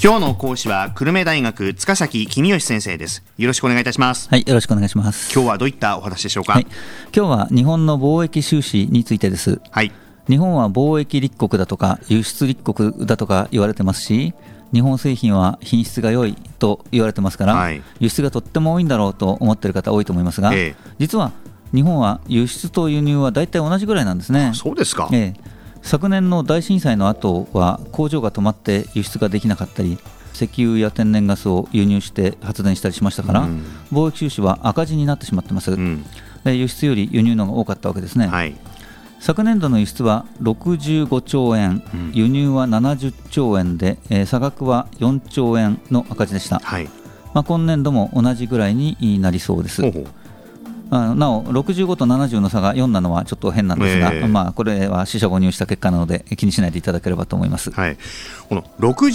今日の講師は久留米大学塚崎公義先生です。よろしくお願いいたします。 はい、よろしくお願いします。 今日はどういったお話でしょうか。 はい、今日は日本の貿易収支についてです。 はい、 日本は貿易立国だとか輸出立国だとか言われてますし、日本製品は品質が良いと言われてますから、 はい、 輸出がとっても多いんだろうと思っている方多いと思いますが、実は日本は輸出と輸入は大体同じぐらいなんですね。 そうですか。 昨年の大震災の後は工場が止まって輸出ができなかったり、石油や天然ガスを輸入して発電したりしましたから、貿易収支は赤字になってしまってます。で輸出より輸入の方が多かったわけですね。 はい、 昨年度の輸出は65兆円、輸入は70兆円で、差額は4兆円の赤字でした。 はい、 今年度も同じぐらいになりそうです。なお65と70の差が4なのはちょっと変なんですが、これは四捨五入した結果なので気にしないでいただければと思います。 はい、この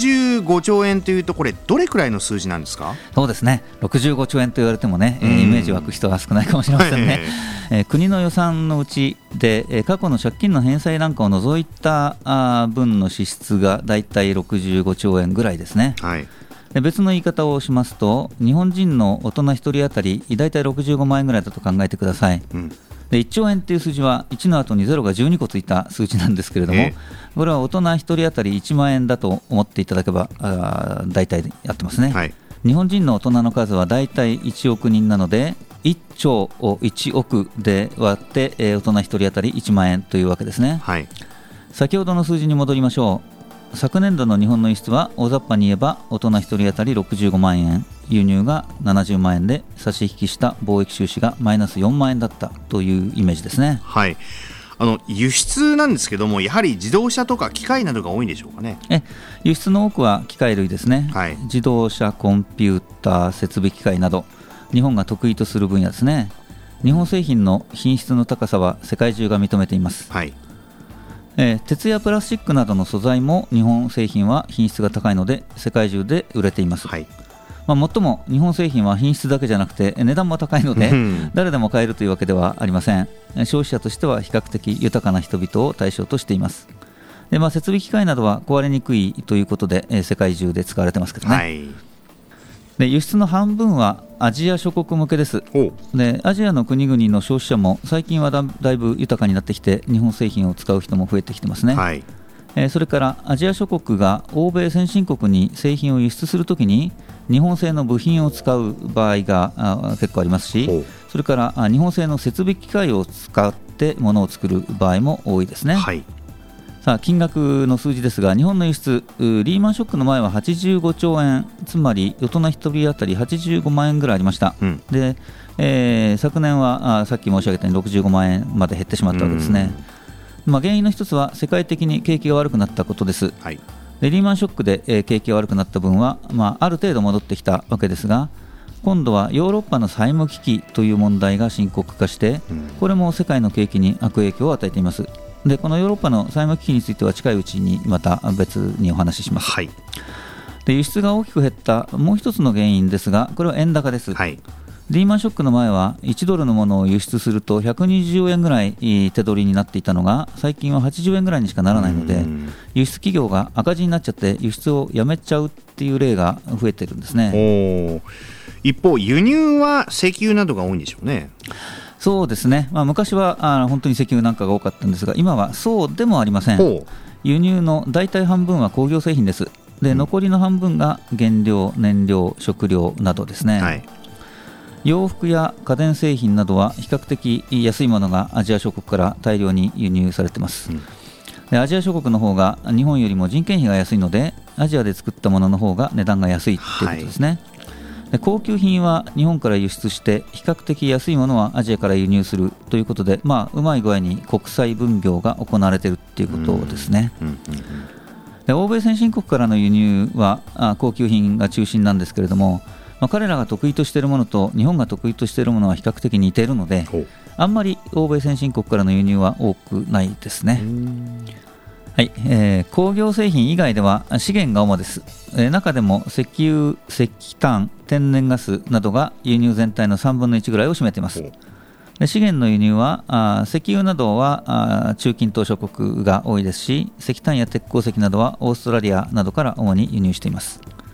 65兆円というとこれどれくらいの数字なんですか。 そうですね、65兆円と言われてもね、イメージ湧く人は少ないかもしれませんね。国の予算のうちで過去の借金の返済なんかを除いた分の支出がだいたい65兆円ぐらいですね。 はい、 別の言い方をしますと、日本人の大人1人当たりだいたい65万円ぐらいだと考えてください。で1兆円っていう数字は1の後に0が12個ついた数字なんですけれども、これは大人1人当たり1万円だと思っていただけばだいたいやってますね。はい、日本人の大人の数はだいたい1億人なので、1兆を1億で割って、大人1人当たり1万円というわけですね。 はい、 先ほどの数字に戻りましょう。昨年度の日本の輸出は大雑把に言えば大人1人当たり65万円、輸入が70万円で差し引きした貿易収支がマイナス4万円だったというイメージですね。 はい、輸出なんですけども、やはり自動車とか機械などが多いんでしょうかね。 輸出の多くは機械類ですね。はい、自動車、コンピューター、設備機械など日本が得意とする分野ですね。日本製品の品質の高さは世界中が認めています。はい、鉄やプラスチックなどの素材も日本製品は品質が高いので世界中で売れています。はい、もっとも日本製品は品質だけじゃなくて値段も高いので誰でも買えるというわけではありません。消費者としては比較的豊かな人々を対象としています。で、設備機械などは壊れにくいということで世界中で使われてますけどね。はい、で輸出の半分はアジア諸国向けです。でアジアの国々の消費者も最近はだいぶ豊かになってきて日本製品を使う人も増えてきてますね。はい、それからアジア諸国が欧米先進国に製品を輸出するときに日本製の部品を使う場合が結構ありますし、それから日本製の設備機械を使って物を作る場合も多いですね。はい、さあ金額の数字ですが、日本の輸出リーマンショックの前は85兆円、つまり大人1人当たり85万円ぐらいありました。で、昨年はさっき申し上げたように65万円まで減ってしまったわけですね。原因の一つは世界的に景気が悪くなったことです。はい、でリーマンショックで、景気が悪くなった分は、ある程度戻ってきたわけですが、今度はヨーロッパの債務危機という問題が深刻化して、これも世界の景気に悪影響を与えています。でこのヨーロッパの債務危機については近いうちにまた別にお話しします。はい、で輸出が大きく減ったもう一つの原因ですが、これは円高です。はい、リーマンショックの前は1ドルのものを輸出すると120円ぐらい手取りになっていたのが、最近は80円ぐらいにしかならないので、輸出企業が赤字になっちゃって輸出をやめちゃうっていう例が増えてるんですね。 一方輸入は石油などが多いんでしょうね。 そうですね、昔は本当に石油なんかが多かったんですが、今はそうでもありません。輸入の大体半分は工業製品です。で残りの半分が原料、燃料、食料などですね。はい、洋服や家電製品などは比較的安いものがアジア諸国から大量に輸入されています。でアジア諸国の方が日本よりも人件費が安いので、アジアで作ったものの方が値段が安いということですね。はい、で高級品は日本から輸出して比較的安いものはアジアから輸入するということで、うまい具合に国際分業が行われているということですね。で欧米先進国からの輸入は高級品が中心なんですけれども、彼らが得意としているものと日本が得意としているものは比較的似ているので、あんまり欧米先進国からの輸入は多くないですね。はい、工業製品以外では資源が主です。中でも石油、石炭、天然ガスなどが輸入全体の3分の1ぐらいを占めています。で資源の輸入は石油などは中近東諸国が多いですし、石炭や鉄鉱石などはオーストラリアなどから主に輸入しています。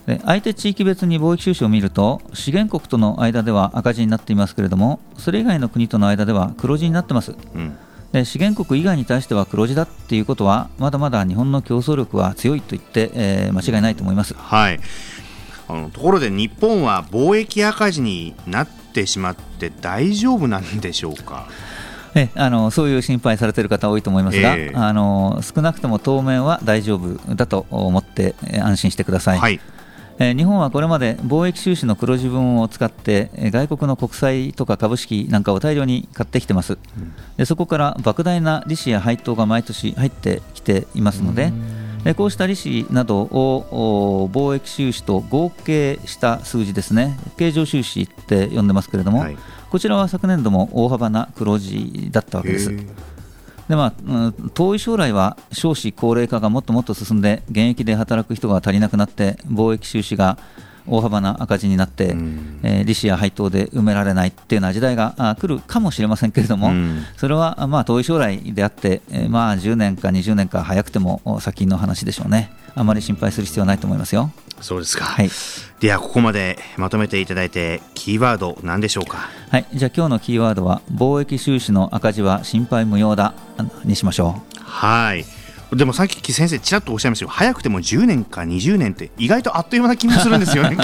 で相手地域別に貿易収支を見ると、資源国との間では赤字になっていますけれども、それ以外の国との間では黒字になってます。で資源国以外に対しては黒字だっていうことは、まだまだ日本の競争力は強いと言って、間違いないと思います。 はい。ところで日本は貿易赤字になってしまって大丈夫なんでしょうか。 そういう心配されている方多いと思いますが、少なくとも当面は大丈夫だと思って安心してください。はい。日本はこれまで貿易収支の黒字分を使って外国の国債とか株式なんかを大量に買ってきてます。でそこから莫大な利子や配当が毎年入ってきていますので、こうした利子などを貿易収支と合計した数字ですね、経常収支って呼んでますけれども、はい、こちらは昨年度も大幅な黒字だったわけです。で遠い将来は少子高齢化がもっともっと進んで、現役で働く人が足りなくなって、貿易収支が大幅な赤字になって、利子や配当で埋められないっていうような時代が来るかもしれませんけれども、それは遠い将来であって、10年か20年か早くても先の話でしょうね。あまり心配する必要はないと思いますよ。 そうですか。 はい、 ではここまでまとめていただいて、キーワード何でしょうか。 はい、じゃあ今日のキーワードは、貿易収支の赤字は心配無用だにしましょう。 はい。でもさっき先生ちらっとおっしゃいましたけど、早くても10年か20年って意外とあっという間な気もするんですよね。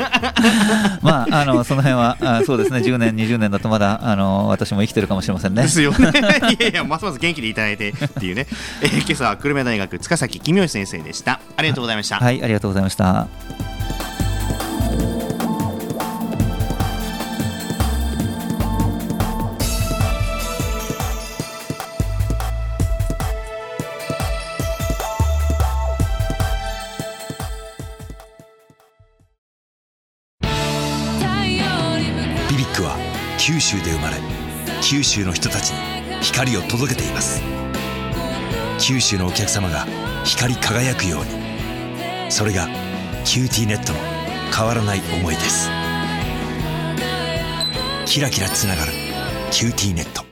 その辺はそうですね、10年20年だとまだ私も生きてるかもしれませんね。 ですよね。いやいや、ますます元気でいただいてっていうね。今朝は久留米大学塚崎公義先生でした。ありがとうございました。 はい、ありがとうございました。 ビビックは九州で生まれ、九州の人たちに光を届けています。九州のお客様が光り輝くように、それがキューティーネットの変わらない思いです。キラキラつながるキューティーネット。